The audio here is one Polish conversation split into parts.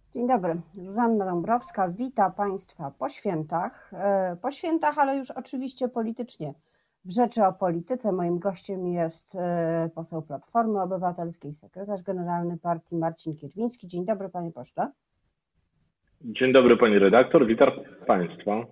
Dzień dobry, Zuzanna Dąbrowska, witam Państwa po świętach. Po świętach, ale już oczywiście politycznie. W Rzeczy o Polityce moim gościem jest poseł Platformy Obywatelskiej, sekretarz generalny partii Marcin Kierwiński. Dzień dobry, panie pośle. Dzień dobry pani redaktor, witam państwa.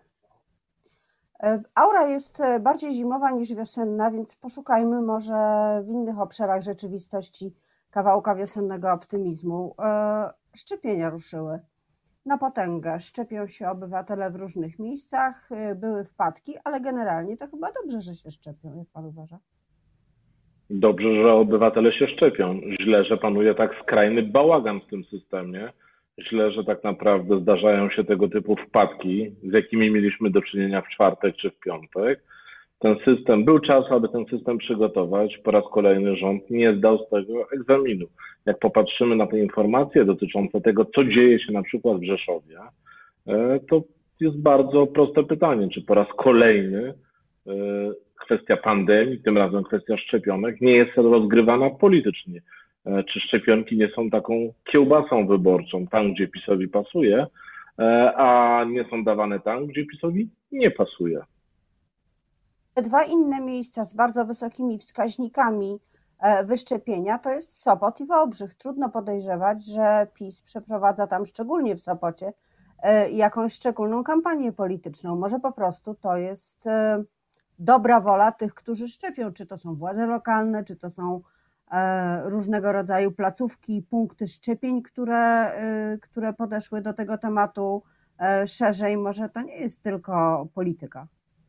Aura jest bardziej zimowa niż wiosenna, więc poszukajmy może w innych obszarach rzeczywistości kawałka wiosennego optymizmu. Szczepienia ruszyły na potęgę. Szczepią się obywatele w różnych miejscach, były wpadki, ale generalnie to chyba dobrze, że się szczepią, jak pan uważa? Dobrze, że obywatele się szczepią. Źle, że panuje tak skrajny bałagan w tym systemie. Źle, że tak naprawdę zdarzają się tego typu wpadki, z jakimi mieliśmy do czynienia w czwartek czy w piątek. Był czas, aby ten system przygotować. Po raz kolejny rząd nie zdał z tego egzaminu. Jak popatrzymy na te informacje dotyczące tego, co dzieje się na przykład w Rzeszowie, to jest bardzo proste pytanie, czy po raz kolejny kwestia pandemii, tym razem kwestia szczepionek, nie jest rozgrywana politycznie. Czy szczepionki nie są taką kiełbasą wyborczą, tam gdzie PiS-owi pasuje, a nie są dawane tam, gdzie PiS-owi nie pasuje. Dwa inne miejsca z bardzo wysokimi wskaźnikami wyszczepienia to jest Sopot i Wałbrzych. Trudno podejrzewać, że PiS przeprowadza tam, szczególnie w Sopocie, jakąś szczególną kampanię polityczną. Może po prostu to jest dobra wola tych, którzy szczepią, czy to są władze lokalne, czy to są różnego rodzaju placówki, punkty szczepień, które podeszły do tego tematu szerzej. Może to nie jest tylko polityka.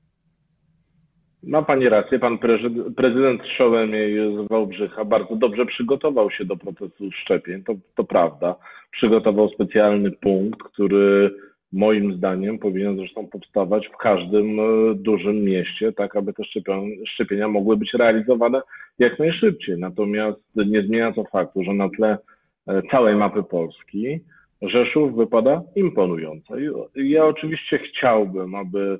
Ma pani rację, pan prezydent Szołemiej z Wałbrzycha bardzo dobrze przygotował się do procesu szczepień, to prawda. Przygotował specjalny punkt, który moim zdaniem powinien zresztą powstawać w każdym dużym mieście, tak aby te szczepienia mogły być realizowane jak najszybciej. Natomiast nie zmienia to faktu, że na tle całej mapy Polski Rzeszów wypada imponująco. Ja oczywiście chciałbym,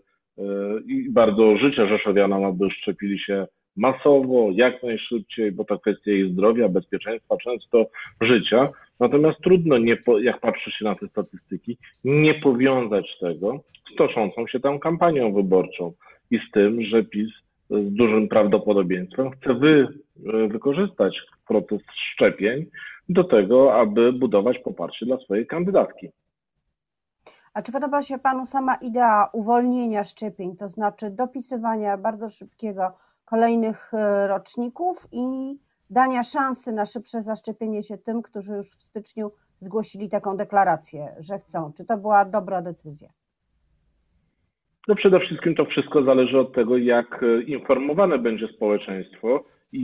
i bardzo życzę rzeszowianom, aby szczepili się masowo, jak najszybciej, bo to kwestia ich zdrowia, bezpieczeństwa, często życia. Natomiast trudno, jak patrzy się na te statystyki, nie powiązać tego z toczącą się tam kampanią wyborczą i z tym, że PiS z dużym prawdopodobieństwem chce wykorzystać proces szczepień do tego, aby budować poparcie dla swojej kandydatki. A czy podoba się panu sama idea uwolnienia szczepień, to znaczy dopisywania bardzo szybkiego kolejnych roczników i dania szansy na szybsze zaszczepienie się tym, którzy już w styczniu zgłosili taką deklarację, że chcą? Czy to była dobra decyzja? No przede wszystkim to wszystko zależy od tego, jak informowane będzie społeczeństwo i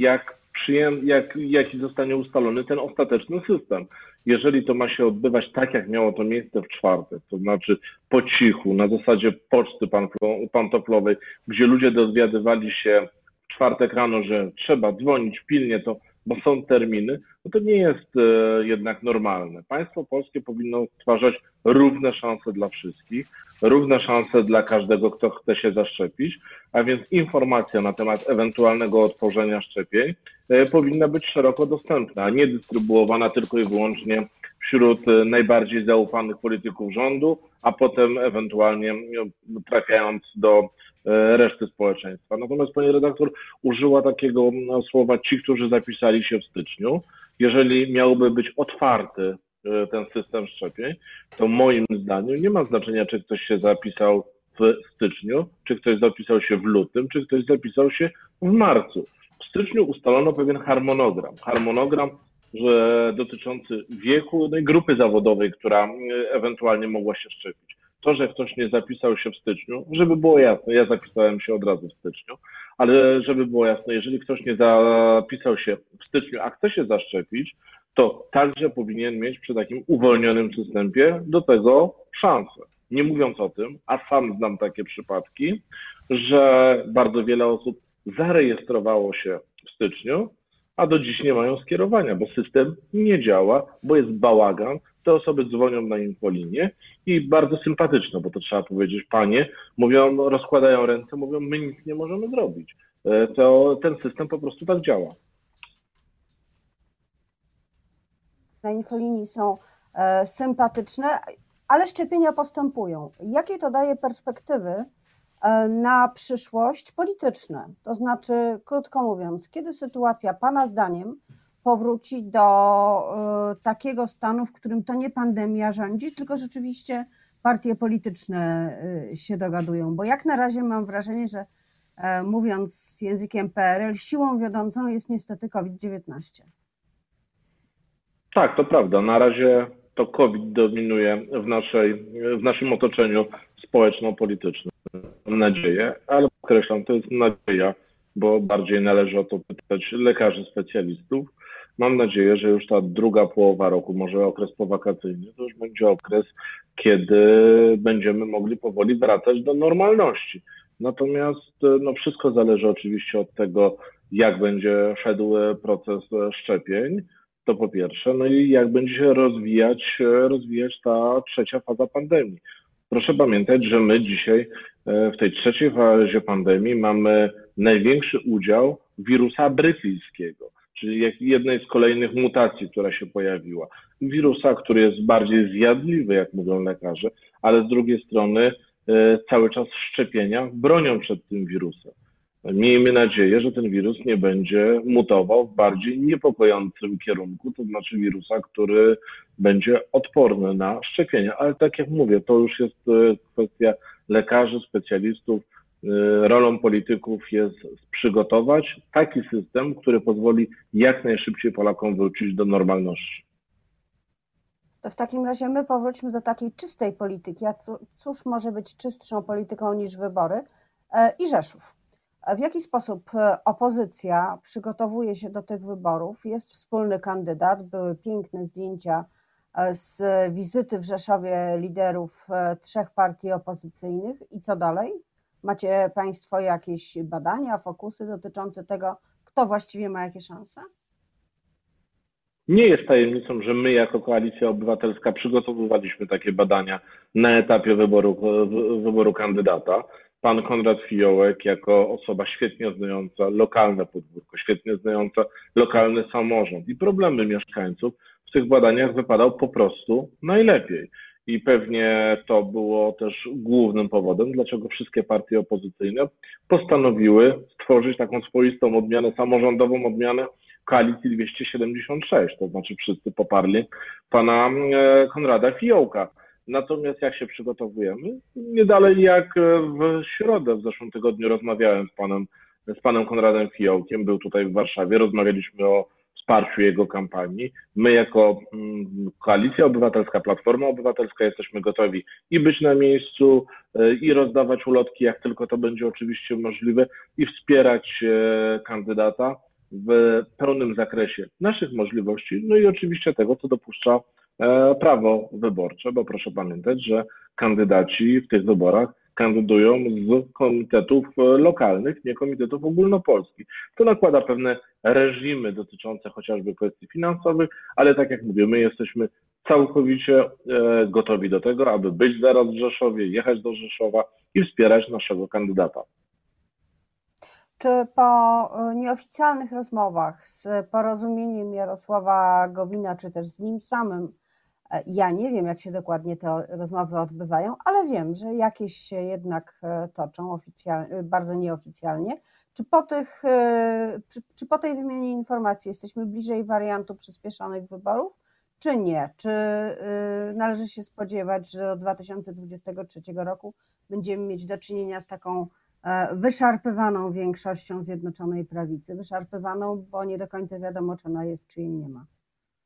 jaki zostanie ustalony ten ostateczny system. Jeżeli to ma się odbywać tak, jak miało to miejsce w czwartek, to znaczy po cichu, na zasadzie poczty pantoflowej, gdzie ludzie dowiadywali się w czwartek rano, że trzeba dzwonić pilnie, bo są terminy, no to nie jest jednak normalne. Państwo polskie powinno stwarzać równe szanse dla wszystkich, równe szanse dla każdego, kto chce się zaszczepić, a więc informacja na temat ewentualnego otworzenia szczepień powinna być szeroko dostępna, a nie dystrybuowana tylko i wyłącznie wśród najbardziej zaufanych polityków rządu, a potem ewentualnie trafiając do reszty społeczeństwa. Natomiast pani redaktor użyła takiego słowa ci, którzy zapisali się w styczniu. Jeżeli miałby być otwarty ten system szczepień, to moim zdaniem nie ma znaczenia, czy ktoś się zapisał w styczniu, czy ktoś zapisał się w lutym, czy ktoś zapisał się w marcu. W styczniu ustalono pewien harmonogram, że dotyczący wieku, no i grupy zawodowej, która ewentualnie mogła się szczepić. To, że ktoś nie zapisał się w styczniu, żeby było jasne, ja zapisałem się od razu w styczniu, ale żeby było jasne, jeżeli ktoś nie zapisał się w styczniu, a chce się zaszczepić, to także powinien mieć przy takim uwolnionym przystępie do tego szansę. Nie mówiąc o tym, a sam znam takie przypadki, że bardzo wiele osób zarejestrowało się w styczniu, a do dziś nie mają skierowania, bo system nie działa, bo jest bałagan. Te osoby dzwonią na infolinię i bardzo sympatyczne, bo to trzeba powiedzieć, panie, mówią, rozkładają ręce, mówią, my nic nie możemy zrobić. Ten system po prostu tak działa. Na infolinii są sympatyczne, ale szczepienia postępują. Jakie to daje perspektywy na przyszłość polityczne? To znaczy, krótko mówiąc, kiedy sytuacja Pana zdaniem powróci do takiego stanu, w którym to nie pandemia rządzi, tylko rzeczywiście partie polityczne się dogadują? Bo jak na razie mam wrażenie, że mówiąc językiem PRL, siłą wiodącą jest niestety COVID-19. Tak, to prawda. Na razie to COVID dominuje w naszym otoczeniu społeczno-politycznym. Mam nadzieję, ale podkreślam, to jest nadzieja, bo bardziej należy o to pytać lekarzy specjalistów. Mam nadzieję, że już ta druga połowa roku, może okres powakacyjny, to już będzie okres, kiedy będziemy mogli powoli wracać do normalności. Natomiast no, wszystko zależy oczywiście od tego, jak będzie szedł proces szczepień, to po pierwsze, no i jak będzie się rozwijać ta trzecia faza pandemii. Proszę pamiętać, że my dzisiaj w tej trzeciej fazie pandemii mamy największy udział wirusa brytyjskiego, czyli jednej z kolejnych mutacji, która się pojawiła. Wirusa, który jest bardziej zjadliwy, jak mówią lekarze, ale z drugiej strony cały czas szczepienia bronią przed tym wirusem. Miejmy nadzieję, że ten wirus nie będzie mutował w bardziej niepokojącym kierunku, to znaczy wirusa, który będzie odporny na szczepienia. Ale tak jak mówię, to już jest kwestia lekarzy, specjalistów. Rolą polityków jest przygotować taki system, który pozwoli jak najszybciej Polakom wrócić do normalności. To w takim razie my powróćmy do takiej czystej polityki. A cóż może być czystszą polityką niż wybory i Rzeszów? W jaki sposób opozycja przygotowuje się do tych wyborów? Jest wspólny kandydat, były piękne zdjęcia z wizyty w Rzeszowie liderów 3 partii opozycyjnych. I co dalej? Macie Państwo jakieś badania, fokusy dotyczące tego, kto właściwie ma jakie szanse? Nie jest tajemnicą, że my jako Koalicja Obywatelska przygotowywaliśmy takie badania na etapie wyboru kandydata. Pan Konrad Fiołek jako osoba świetnie znająca lokalne podwórko, świetnie znająca lokalny samorząd i problemy mieszkańców w tych badaniach wypadał po prostu najlepiej. I pewnie to było też głównym powodem, dlaczego wszystkie partie opozycyjne postanowiły stworzyć taką swoistą odmianę, samorządową odmianę Koalicji 276, to znaczy wszyscy poparli pana Konrada Fiołka. Natomiast jak się przygotowujemy? Nie dalej jak w środę, w zeszłym tygodniu rozmawiałem z panem Konradem Fiołkiem, był tutaj w Warszawie, rozmawialiśmy o wsparciu jego kampanii. My jako Koalicja Obywatelska, Platforma Obywatelska jesteśmy gotowi i być na miejscu, i rozdawać ulotki, jak tylko to będzie oczywiście możliwe, i wspierać kandydata w pełnym zakresie naszych możliwości, no i oczywiście tego, co dopuszcza prawo wyborcze, bo proszę pamiętać, że kandydaci w tych wyborach kandydują z komitetów lokalnych, nie komitetów ogólnopolskich. To nakłada pewne reżimy dotyczące chociażby kwestii finansowych, ale tak jak mówię, my jesteśmy całkowicie gotowi do tego, aby być zaraz w Rzeszowie, jechać do Rzeszowa i wspierać naszego kandydata. Czy po nieoficjalnych rozmowach z Porozumieniem Jarosława Gowina, czy też z nim samym, ja nie wiem, jak się dokładnie te rozmowy odbywają, ale wiem, że jakieś się jednak toczą bardzo nieoficjalnie. Czy po tej wymianie informacji jesteśmy bliżej wariantu przyspieszonych wyborów, czy nie? Czy należy się spodziewać, że do 2023 roku będziemy mieć do czynienia z taką wyszarpywaną większością Zjednoczonej Prawicy? Wyszarpywaną, bo nie do końca wiadomo, czy ona jest, czy jej nie ma.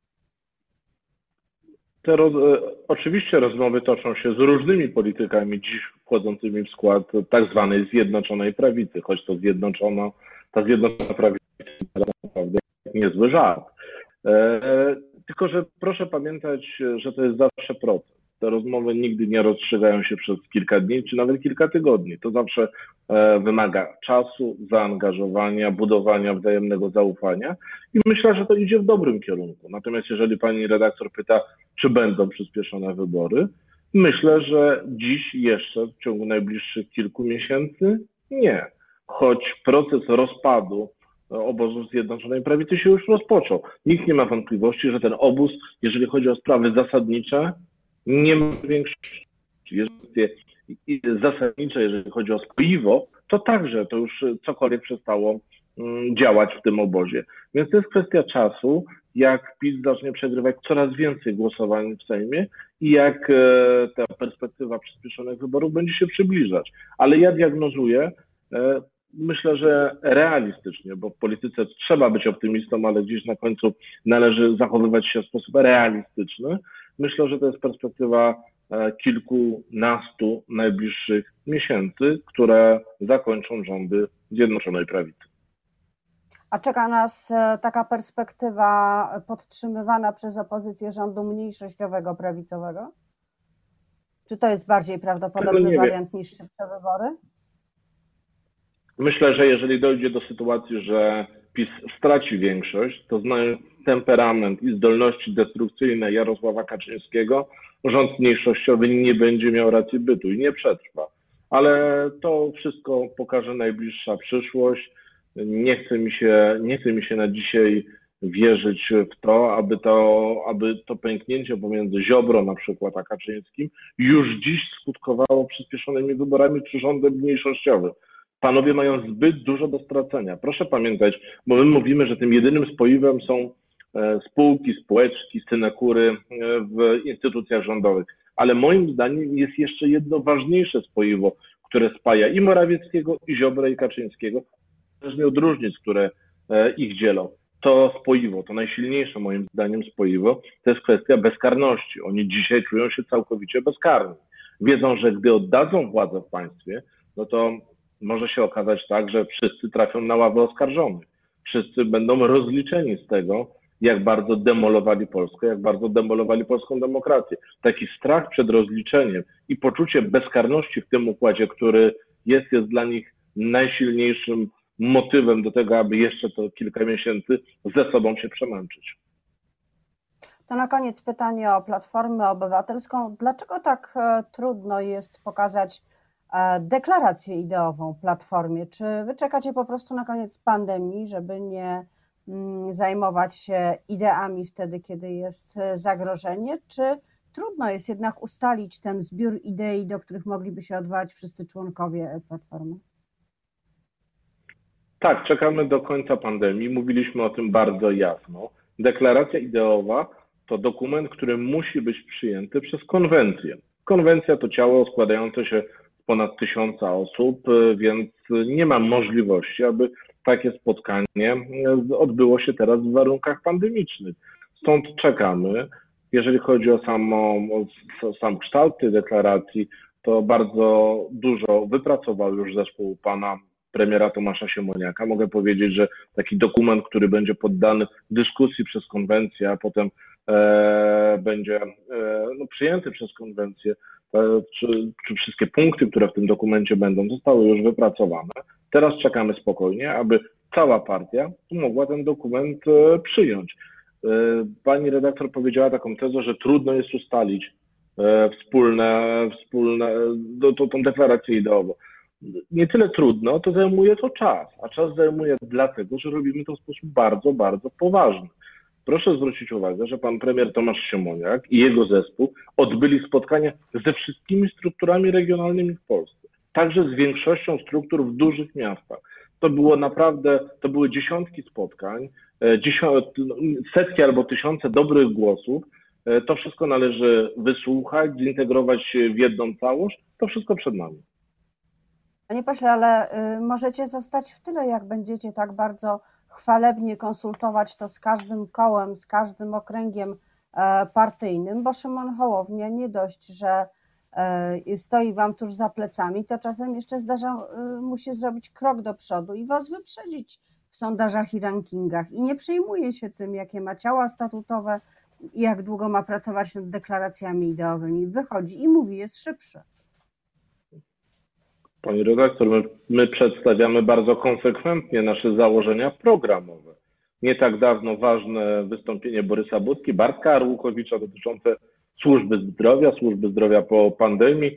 Oczywiście rozmowy toczą się z różnymi politykami dziś wchodzącymi w skład tak zwanej Zjednoczonej Prawicy, choć ta Zjednoczona Prawica to naprawdę niezły żart. Tylko że proszę pamiętać, że to jest zawsze proces. Te rozmowy nigdy nie rozstrzygają się przez kilka dni, czy nawet kilka tygodni. To zawsze wymaga czasu, zaangażowania, budowania wzajemnego zaufania i myślę, że to idzie w dobrym kierunku. Natomiast jeżeli pani redaktor pyta, czy będą przyspieszone wybory, myślę, że dziś jeszcze w ciągu najbliższych kilku miesięcy nie. Choć proces rozpadu obozu Zjednoczonej Prawicy się już rozpoczął. Nikt nie ma wątpliwości, że ten obóz, jeżeli chodzi o sprawy zasadnicze, nie ma większości. Jeżeli zasadnicze, jeżeli chodzi o spoiwo, to także to już cokolwiek przestało działać w tym obozie. Więc to jest kwestia czasu, jak PiS zacznie przegrywać coraz więcej głosowań w Sejmie i jak ta perspektywa przyspieszonych wyborów będzie się przybliżać. Ale ja diagnozuję, myślę, że realistycznie, bo w polityce trzeba być optymistą, ale gdzieś na końcu należy zachowywać się w sposób realistyczny. Myślę, że to jest perspektywa kilkunastu najbliższych miesięcy, które zakończą rządy Zjednoczonej Prawicy. A czeka nas taka perspektywa podtrzymywana przez opozycję rządu mniejszościowego, prawicowego? Czy to jest bardziej prawdopodobny wariant niż szybsze wybory? Myślę, że jeżeli dojdzie do sytuacji, że PiS straci większość, to znając temperament i zdolności destrukcyjne Jarosława Kaczyńskiego, rząd mniejszościowy nie będzie miał racji bytu i nie przetrwa. Ale to wszystko pokaże najbliższa przyszłość. Nie chce mi się na dzisiaj wierzyć w to, aby to pęknięcie pomiędzy Ziobrą na przykład a Kaczyńskim już dziś skutkowało przyspieszonymi wyborami czy rządem mniejszościowym. Panowie mają zbyt dużo do stracenia. Proszę pamiętać, bo my mówimy, że tym jedynym spoiwem są spółki, spółeczki, synekury w instytucjach rządowych. Ale moim zdaniem jest jeszcze jedno ważniejsze spoiwo, które spaja i Morawieckiego, i Ziobrę, i Kaczyńskiego, niezależnie od różnic, które ich dzielą. To spoiwo, to najsilniejsze moim zdaniem spoiwo, to jest kwestia bezkarności. Oni dzisiaj czują się całkowicie bezkarni. Wiedzą, że gdy oddadzą władzę w państwie, no to może się okazać tak, że wszyscy trafią na ławę oskarżonych. Wszyscy będą rozliczeni z tego, jak bardzo demolowali Polskę, jak bardzo demolowali polską demokrację. Taki strach przed rozliczeniem i poczucie bezkarności w tym układzie, który jest dla nich najsilniejszym motywem do tego, aby jeszcze to kilka miesięcy ze sobą się przemęczyć. To na koniec pytanie o Platformę Obywatelską. Dlaczego tak trudno jest pokazać deklarację ideową Platformie? Czy wy czekacie po prostu na koniec pandemii, żeby nie zajmować się ideami wtedy, kiedy jest zagrożenie? Czy trudno jest jednak ustalić ten zbiór idei, do których mogliby się odwołać wszyscy członkowie Platformy? Tak, czekamy do końca pandemii. Mówiliśmy o tym bardzo jasno. Deklaracja ideowa to dokument, który musi być przyjęty przez konwencję. Konwencja to ciało składające się z ponad 1000 osób, więc nie ma możliwości, aby takie spotkanie odbyło się teraz w warunkach pandemicznych. Stąd czekamy. Jeżeli chodzi o sam kształt tej deklaracji, to bardzo dużo wypracował już zespół pana premiera Tomasza Siemoniaka. Mogę powiedzieć, że taki dokument, który będzie poddany dyskusji przez konwencję, a potem będzie przyjęty przez konwencję, czy wszystkie punkty, które w tym dokumencie będą, zostały już wypracowane. Teraz czekamy spokojnie, aby cała partia mogła ten dokument przyjąć. Pani redaktor powiedziała taką tezę, że trudno jest ustalić tą deklarację ideową. Nie tyle trudno, to zajmuje to czas, a czas zajmuje dlatego, że robimy to w sposób bardzo, bardzo poważny. Proszę zwrócić uwagę, że pan premier Tomasz Siemoniak i jego zespół odbyli spotkania ze wszystkimi strukturami regionalnymi w Polsce, także z większością struktur w dużych miastach. To były dziesiątki spotkań, setki albo tysiące dobrych głosów. To wszystko należy wysłuchać, zintegrować w jedną całość. To wszystko przed nami. Panie pośle, ale możecie zostać w tyle, jak będziecie tak bardzo chwalebnie konsultować to z każdym kołem, z każdym okręgiem partyjnym, bo Szymon Hołownia nie dość, że stoi wam tuż za plecami, to czasem jeszcze musi zrobić krok do przodu i was wyprzedzić w sondażach i rankingach i nie przejmuje się tym, jakie ma ciała statutowe i jak długo ma pracować nad deklaracjami ideowymi. Wychodzi i mówi, jest szybszy. Pani redaktor, my przedstawiamy bardzo konsekwentnie nasze założenia programowe. Nie tak dawno ważne wystąpienie Borysa Budki, Bartka Arłukowicza dotyczące służby zdrowia po pandemii,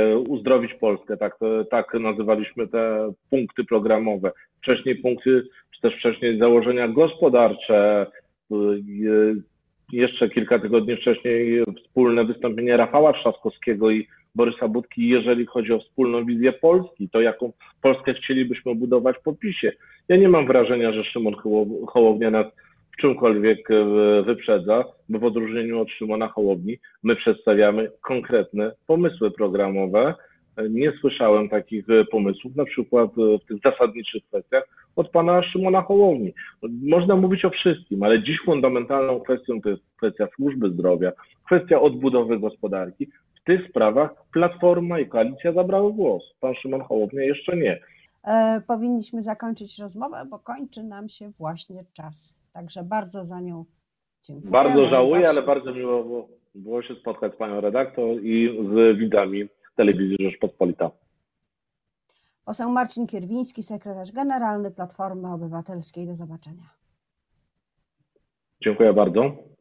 uzdrowić Polskę, tak nazywaliśmy te punkty programowe. Wcześniej punkty czy też wcześniej założenia gospodarcze, jeszcze kilka tygodni wcześniej wspólne wystąpienie Rafała Trzaskowskiego i Borysa Budki, jeżeli chodzi o wspólną wizję Polski, to jaką Polskę chcielibyśmy budować po PiS-ie. Ja nie mam wrażenia, że Szymon Hołownia nas w czymkolwiek wyprzedza, bo w odróżnieniu od Szymona Hołowni my przedstawiamy konkretne pomysły programowe. Nie słyszałem takich pomysłów, na przykład w tych zasadniczych kwestiach od pana Szymona Hołowni. Można mówić o wszystkim, ale dziś fundamentalną kwestią to jest kwestia służby zdrowia, kwestia odbudowy gospodarki. W tych sprawach Platforma i Koalicja zabrały głos. Pan Szymon Hołownia jeszcze nie. Powinniśmy zakończyć rozmowę, bo kończy nam się właśnie czas. Także bardzo za nią dziękuję. Bardzo żałuję, ale bardzo miło było się spotkać z panią redaktor i z widzami Telewizji Rzeczpospolita. Poseł Marcin Kierwiński, sekretarz generalny Platformy Obywatelskiej. Do zobaczenia. Dziękuję bardzo.